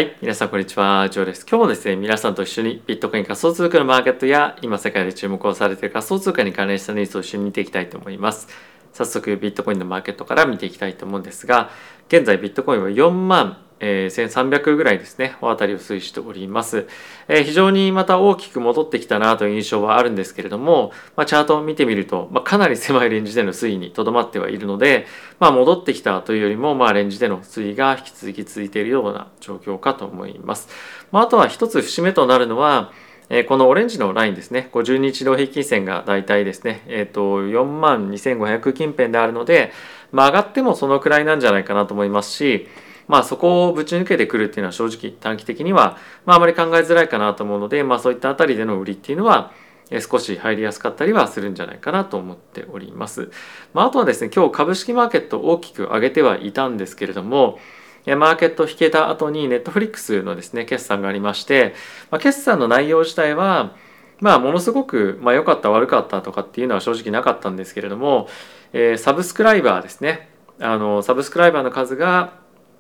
はい、皆さんこんにちは、ジョーです。今日もですね、皆さんと一緒にビットコイン仮想通貨のマーケットや今世界で注目をされている仮想通貨に関連したニュースを一緒に見ていきたいと思います。早速ビットコインのマーケットから見ていきたいと思うんですが、現在ビットコインは4万1300ぐらいですね、おあたりを推移しております。非常にまた大きく戻ってきたなという印象はあるんですけれども、チャートを見てみると、かなり狭いレンジでの推移にとどまってはいるので、戻ってきたというよりも、レンジでの推移が引き続き続いているような状況かと思います。あとは一つ節目となるのは、このオレンジのラインですね、50日移動平均線がだいたいですね、4万2500近辺であるので、上がってもそのくらいなんじゃないかなと思いますし、そこをぶち抜けてくるっていうのは正直短期的には、あまり考えづらいかなと思うので、そういったあたりでの売りっていうのは少し入りやすかったりはするんじゃないかなと思っております。あとはですね、今日株式マーケット大きく上げてはいたんですけれども、マーケット引けた後にネットフリックスのですね決算がありまして、決算の内容自体はものすごく良かった悪かったとかっていうのは正直なかったんですけれども、サブスクライバーですね、サブスクライバーの数が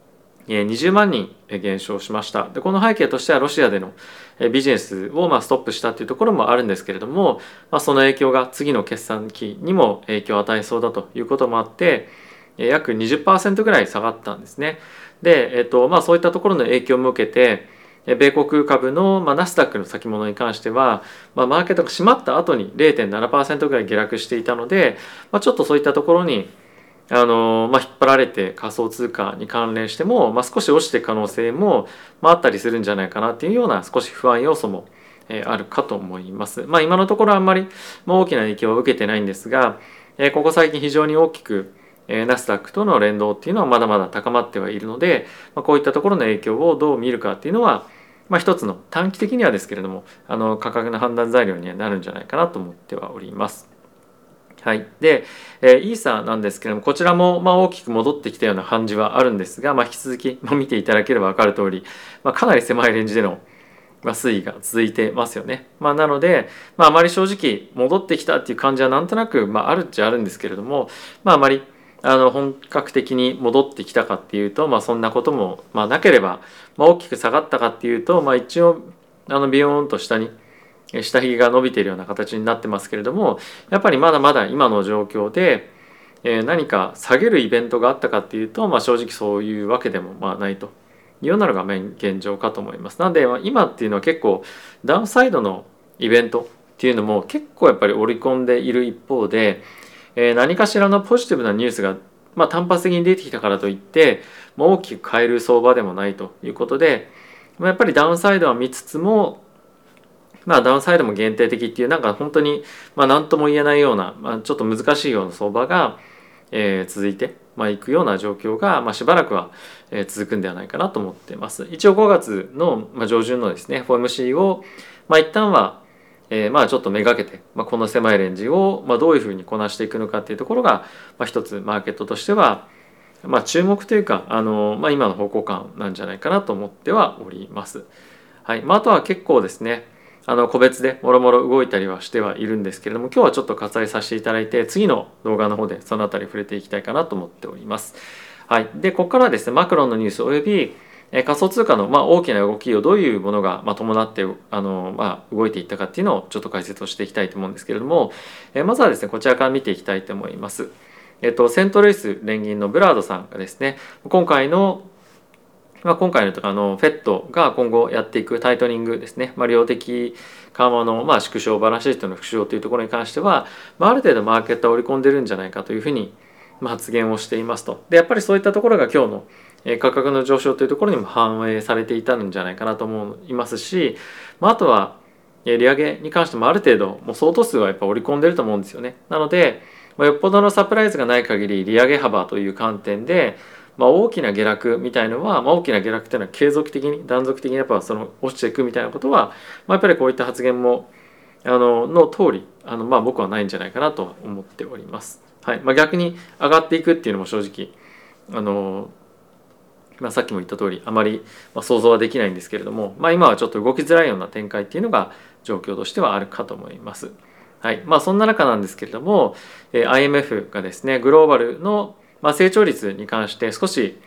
20万人減少しました。でこの背景としてはロシアでのビジネスをストップしたというところもあるんですけれども、その影響が次の決算期にも影響を与えそうだということもあって約 20% ぐらい下がったんですね。で、そういったところの影響も受けて米国株のナスダックの先物に関しては、マーケットが閉まった後に 0.7% ぐらい下落していたので、ちょっとそういったところに引っ張られて仮想通貨に関連しても、少し落ちていく可能性も、あったりするんじゃないかなっていうような少し不安要素もあるかと思います。今のところあんまり大きな影響を受けてないんですが、ここ最近非常に大きくナスダックとの連動っていうのはまだまだ高まってはいるので、こういったところの影響をどう見るかっていうのは、一つの短期的にはですけれども価格の判断材料にはなるんじゃないかなと思ってはおります。はい、で、イーサなんですけれども、こちらも大きく戻ってきたような感じはあるんですが、引き続き見ていただければ分かる通り、かなり狭いレンジでの推移が続いてますよね。なので、あまり正直戻ってきたっていう感じはなんとなく、あるっちゃあるんですけれども、あまり本格的に戻ってきたかっていうと、そんなこともなければ、大きく下がったかっていうと、一応ビヨーンと下に下髭が伸びているような形になってますけれども、やっぱりまだまだ今の状況で何か下げるイベントがあったかっていうと、正直そういうわけでもないというようなのが現状かと思います。なので今っていうのは結構ダウンサイドのイベントっていうのも結構やっぱり織り込んでいる一方で、何かしらのポジティブなニュースが単発的に出てきたからといって大きく変える相場でもないということで、やっぱりダウンサイドは見つつもダウンサイドも限定的っていう本当に何とも言えないような、ちょっと難しいような相場が、続いていくような状況が、しばらくは、続くんではないかなと思っています。一応5月の、上旬のですね FOMC を、一旦は、ちょっとめがけて、この狭いレンジを、どういうふうにこなしていくのかっていうところが、一つマーケットとしては、注目というか今の方向感なんじゃないかなと思ってはおります。はい、あとは結構ですね個別でもろもろ動いたりはしてはいるんですけれども、今日はちょっと割愛させていただいて次の動画の方でそのあたり触れていきたいかなと思っております。はい、でここからはですねマクロンのニュースおよび仮想通貨の大きな動きをどういうものが伴って動いていったかっていうのをちょっと解説をしていきたいと思うんですけれども、まずはですねこちらから見ていきたいと思います。セントルイス連銀のブラードさんがですね今回のとかFED が今後やっていくタイトニングですね、量的緩和の縮小、バランスシートの縮小というところに関しては、ある程度マーケットは織り込んでるんじゃないかというふうに発言をしていますと。でやっぱりそういったところが今日の価格の上昇というところにも反映されていたんじゃないかなと思いますし、あとは利上げに関してもある程度もう相当数はやっぱ織り込んでると思うんですよね。なのでよっぽどのサプライズがない限り利上げ幅という観点で大きな下落みたいのは、大きな下落というのは継続的に断続的にやっぱその落ちていくみたいなことは、やっぱりこういった発言もの通り僕はないんじゃないかなと思っております。はい、逆に上がっていくっていうのも正直さっきも言った通りあまり想像はできないんですけれども、今はちょっと動きづらいような展開っていうのが状況としてはあるかと思います。はい、そんな中なんですけれども IMF がですねグローバルの成長率に関して少し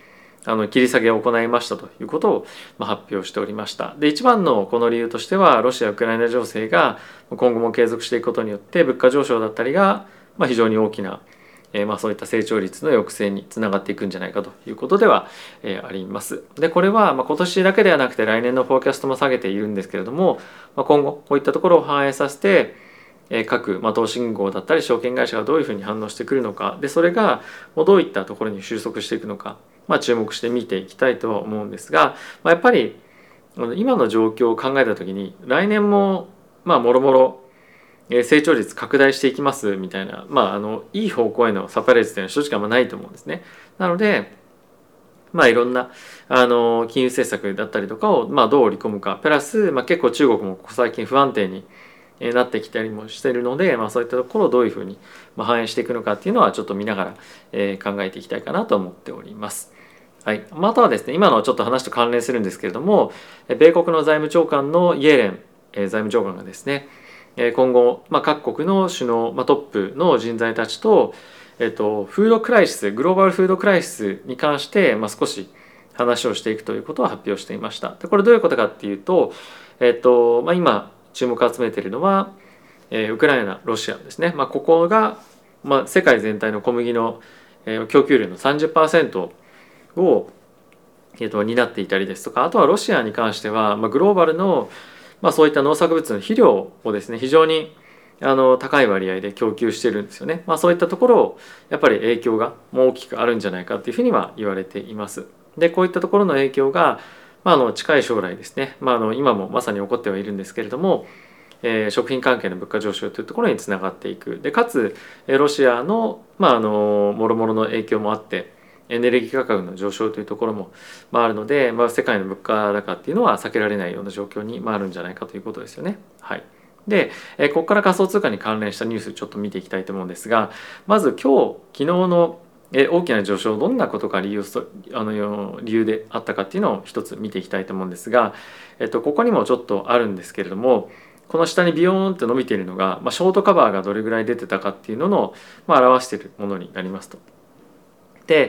切り下げを行いましたということを発表しておりました。で、一番のこの理由としてはロシア・ウクライナ情勢が今後も継続していくことによって物価上昇だったりが非常に大きなそういった成長率の抑制につながっていくんじゃないかということではあります。でこれは今年だけではなくて来年のフォーキャストも下げているんですけれども、今後こういったところを反映させて各投資銀行だったり証券会社がどういうふうに反応してくるのかで、それがどういったところに収束していくのか、注目して見ていきたいとは思うんですが、やっぱり今の状況を考えた時に来年ももろもろ成長率拡大していきますみたいな、いい方向へのサプライズというのは正直ないと思うんですね。なのでいろんな金融政策だったりとかをどう織り込むかプラス、結構中国もここ最近不安定になってきたりもしているので、そういったところをどういうふうに反映していくのかっていうのはちょっと見ながら考えていきたいかなと思っております。はい、あとはですね、今のちょっと話と関連するんですけれども、米国の財務長官のイエレン財務長官がですね、今後各国の首脳トップの人材たちとフードクライシス、グローバルフードクライシスに関して少し話をしていくということを発表していました。でこれどういうことかっていうと、今注目を集めているのはウクライナ、ロシアですね。ここが世界全体の小麦の供給量の 30% を担っていたりですとか、あとはロシアに関してはグローバルのそういった農作物の肥料をですね非常に高い割合で供給してるんですよね。そういったところをやっぱり影響が大きくあるんじゃないかというふうには言われています。でこういったところの影響が近い将来ですね、今もまさに起こってはいるんですけれども、食品関係の物価上昇というところにつながっていく。でかつロシアのもろもろの影響もあってエネルギー価格の上昇というところもあるので、世界の物価高っていうのは避けられないような状況にあるんじゃないかということですよね。はい。でここから仮想通貨に関連したニュースちょっと見ていきたいと思うんですが、まず昨日の大きな上昇、どんなことが理由であったかっていうのを一つ見ていきたいと思うんですが、ここにもちょっとあるんですけれども、この下にビヨーンって伸びているのが、ショートカバーがどれぐらい出てたかっていうのの、表しているものになりますと。で、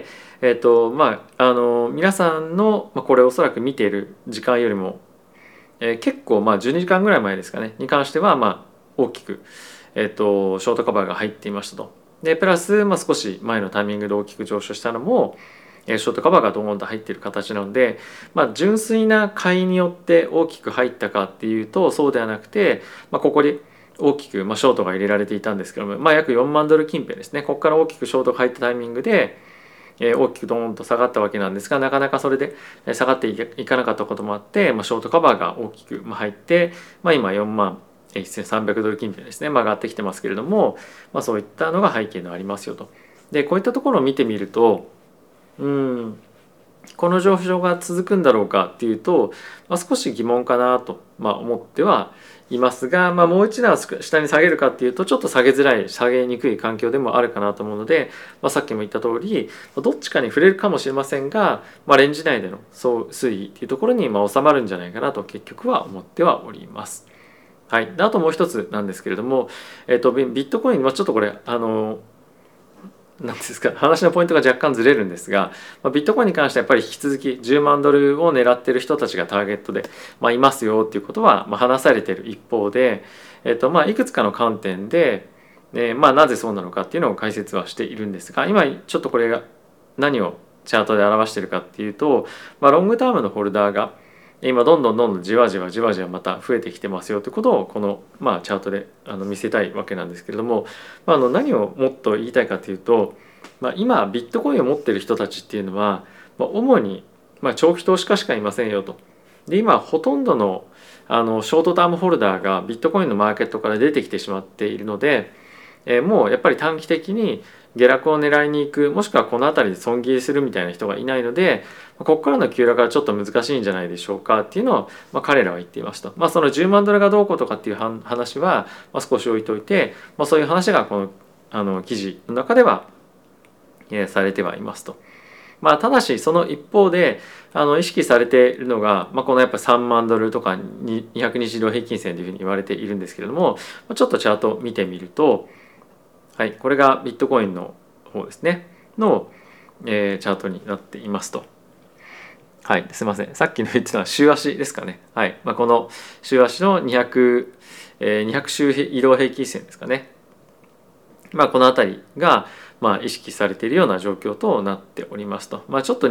皆さんの、これおそらく見ている時間よりも、結構12時間ぐらい前ですかねに関しては大きく、ショートカバーが入っていましたと。でプラス、少し前のタイミングで大きく上昇したのもショートカバーがドーンと入っている形なので、純粋な買いによって大きく入ったかっていうとそうではなくて、ここで大きくショートが入れられていたんですけども、約4万ドル近辺ですね。ここから大きくショートが入ったタイミングで大きくドーンと下がったわけなんですが、なかなかそれで下がっていかなかったこともあって、ショートカバーが大きく入って、今4万1300ドル近辺ですね、上がってきてますけれども、そういったのが背景にありますよと。でこういったところを見てみると、この上昇が続くんだろうかっていうと、少し疑問かなと、思ってはいますが、もう一段下に下げるかっていうとちょっと下げづらい、下げにくい環境でもあるかなと思うので、さっきも言った通りどっちかに触れるかもしれませんが、レンジ内での推移っていうところに収まるんじゃないかなと結局は思ってはおります。はい、であともう一つなんですけれども、ビットコインはちょっとこれなんですか、話のポイントが若干ずれるんですが、ビットコインに関してはやっぱり引き続き10万ドルを狙っている人たちがターゲットで、いますよっていうことは話されている一方で、いくつかの観点で、なぜそうなのかっていうのを解説はしているんですが、今ちょっとこれが何をチャートで表しているかっていうと、ロングタームのホルダーが今どんどんじわじわまた増えてきてますよということをこのチャートで見せたいわけなんですけれども、何をもっと言いたいかというと、今ビットコインを持っている人たちっていうのは主に長期投資家しかいませんよと。で今ほとんどのショートタームホルダーがビットコインのマーケットから出てきてしまっているので、もうやっぱり短期的に下落を狙いに行く、もしくはこの辺りで損切りするみたいな人がいないので、ここからの急落はちょっと難しいんじゃないでしょうかっていうのを、彼らは言っていますと。その10万ドルがどうこうとかっていう話は、少し置いといて、そういう話がこの記事の中ではされてはいますと。ただしその一方で意識されているのが、このやっぱ3万ドルとか200日移動平均線というふうに言われているんですけれども、ちょっとチャートを見てみると、はい、これがビットコインの方ですねの、チャートになっていますと。 はい、すいません。さっきの言ってたのは週足ですかね。はい。この週足の200、200週移動平均線ですかね。この辺りが、意識されているような状況となっておりますと。ちょっと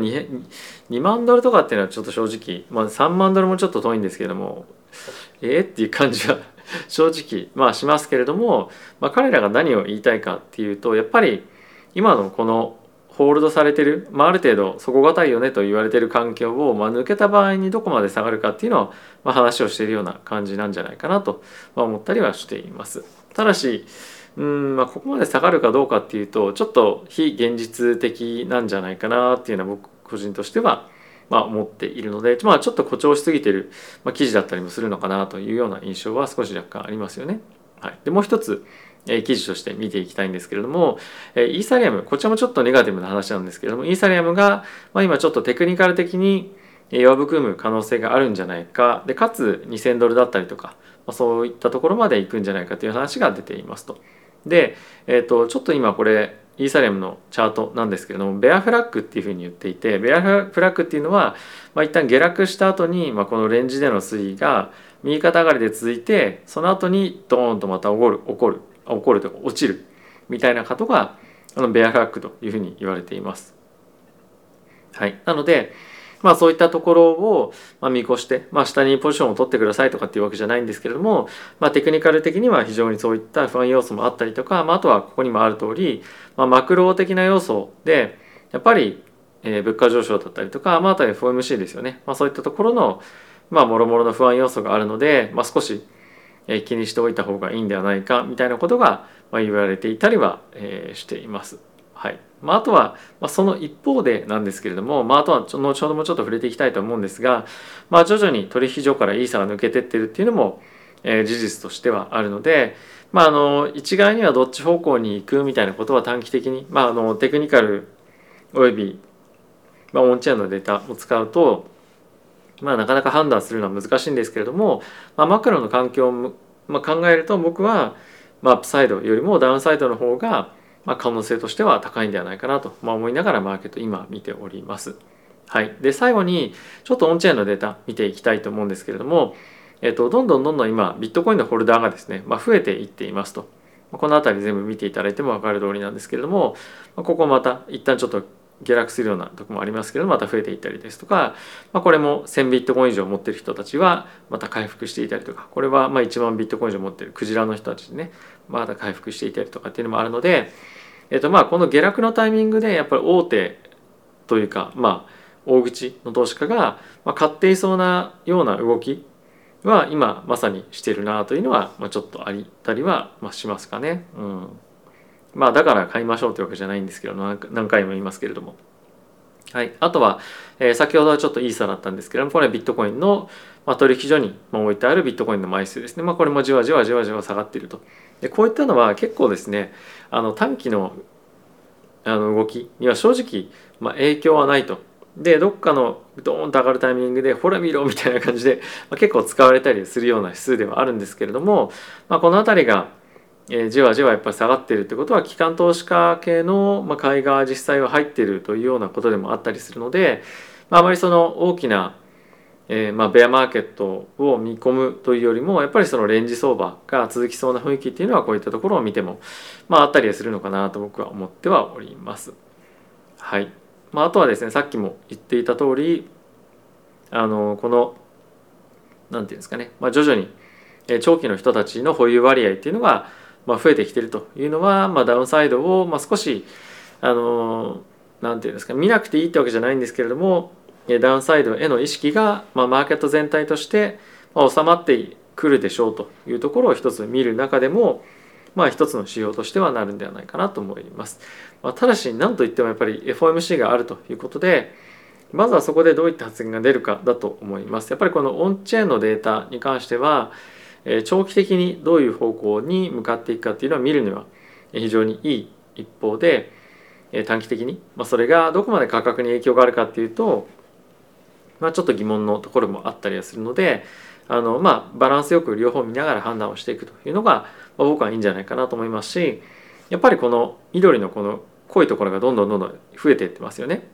2万ドルとかっていうのはちょっと正直、3万ドルもちょっと遠いんですけれども、っていう感じは正直、しますけれども、彼らが何を言いたいかっていうと、やっぱり今のこのホールドされてる、ある程度底堅いよねと言われてる環境を、抜けた場合にどこまで下がるかっていうのを、話をしているような感じなんじゃないかなと、思ったりはしています。ただしここまで下がるかどうかっていうとちょっと非現実的なんじゃないかなっていうのは僕個人としては思っているので、ちょっと誇張しすぎてる、記事だったりもするのかなというような印象は少し若干ありますよね。はい、でもう一つ記事として見ていきたいんですけれども、イーサリアム、こちらもちょっとネガティブな話なんですけれども、イーサリアムが、今ちょっとテクニカル的に弱含む可能性があるんじゃないか、でかつ2000ドルだったりとか、そういったところまで行くんじゃないかという話が出ていますと。で、ちょっと今これイーサリアムのチャートなんですけれども、ベアフラッグっていうふうに言っていて、ベアフラッグっていうのは、一旦下落した後に、このレンジでの推移が右肩上がりで続いて、その後にドーンとまた起こるというか落ちるみたいなことがベアフラッグというふうに言われています。はい、なのでそういったところを見越して、下にポジションを取ってくださいとかっていうわけじゃないんですけれども、テクニカル的には非常にそういった不安要素もあったりとか、あとはここにもある通り、マクロ的な要素でやっぱり物価上昇だったりとか、あとは FOMC ですよね、そういったところのもろもろの不安要素があるので、少し気にしておいた方がいいんではないかみたいなことが言われていたりはしています。はい、あとはその一方でなんですけれども、あとは後ほどもちょっと触れていきたいと思うんですが、徐々に取引所からイーサが抜けてってるっていうのも事実としてはあるので、一概にはどっち方向に行くみたいなことは短期的に、テクニカルおよび、オンチェーンのデータを使うと、なかなか判断するのは難しいんですけれども、マクロの環境を考えると僕はアップサイドよりもダウンサイドの方が可能性としては高いんではないかなと思いながらマーケット今見ております。はい、で最後にちょっとオンチェーンのデータ見ていきたいと思うんですけれども、どんどん今ビットコインのホルダーがですね、増えていっていますと。この辺り全部見ていただいても分かる通りなんですけれども、ここまた一旦ちょっと下落するようなところもありますけれども、また増えていったりですとか、これも1000ビットコイン以上持っている人たちはまた回復していたりとか、これは1万ビットコイン以上持っているクジラの人たちね、まだ回復していたりとかっていうのもあるので、この下落のタイミングでやっぱり大手というか、大口の投資家が買っていそうなような動きは今まさにしているなというのはちょっとあったりはしますかね。だから買いましょうというわけじゃないんですけど、何回も言いますけれども。はい、あとは、先ほどはちょっとイーサだったんですけれども、これはビットコインの、取引所に置いてあるビットコインの枚数ですね。これもじわじわ下がっていると。でこういったのは結構ですね、短期の動きには正直、影響はないと。でどっかのドーンと上がるタイミングでほら見ろみたいな感じで、結構使われたりするような指数ではあるんですけれども、この辺りがじわじわやっぱり下がっているってことは機関投資家系の買いが実際は入っているというようなことでもあったりするので、あまりその大きなベアマーケットを見込むというよりもやっぱりそのレンジ相場が続きそうな雰囲気っていうのはこういったところを見てもあったりはするのかなと僕は思ってはおります。はい。あとはですね、さっきも言っていた通りこのなんていうんですかね、徐々に長期の人たちの保有割合っていうのが増えてきているというのは、ダウンサイドを少しなんていうんですか、見なくていいってわけじゃないんですけれども、ダウンサイドへの意識がマーケット全体として収まってくるでしょうというところを一つ見る中でも、一つの指標としてはなるんではないかなと思います。ただし何といってもやっぱり FOMC があるということで、まずはそこでどういった発言が出るかだと思います。やっぱりこのオンチェーンのデータに関しては長期的にどういう方向に向かっていくかっていうのは見るには非常にいい一方で、短期的にそれがどこまで価格に影響があるかっていうとちょっと疑問のところもあったりはするので、バランスよく両方見ながら判断をしていくというのが僕はいいんじゃないかなと思いますし、やっぱりこの緑のこの濃いところがどんどん増えていってますよね。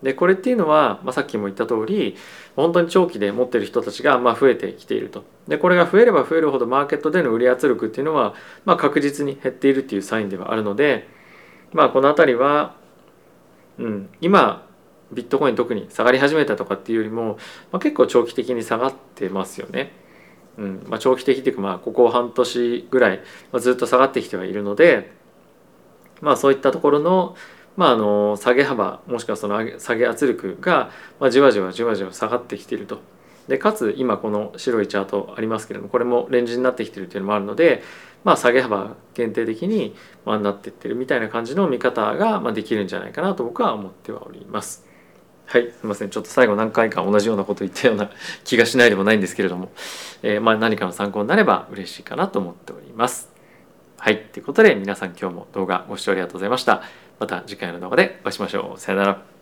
でこれっていうのは、さっきも言った通り本当に長期で持ってる人たちが増えてきていると。でこれが増えれば増えるほどマーケットでの売り圧力っていうのは、確実に減っているっていうサインではあるので、この辺りは、今ビットコイン特に下がり始めたとかっていうよりも、結構長期的に下がってますよね。長期的っていうかここ半年ぐらい、ずっと下がってきてはいるので、そういったところの、下げ幅もしくはその下げ圧力が、じわじわじわじわ下がってきていると。でかつ今この白いチャートありますけれども、これもレンジになってきているというのもあるので、下げ幅限定的になっていってるみたいな感じの見方ができるんじゃないかなと僕は思ってはおります。はい、すみません。ちょっと最後何回か同じようなこと言ったような気がしないでもないんですけれども、何かの参考になれば嬉しいかなと思っております。はい、ということで皆さん今日も動画ご視聴ありがとうございました。また次回の動画でお会いしましょう。さよなら。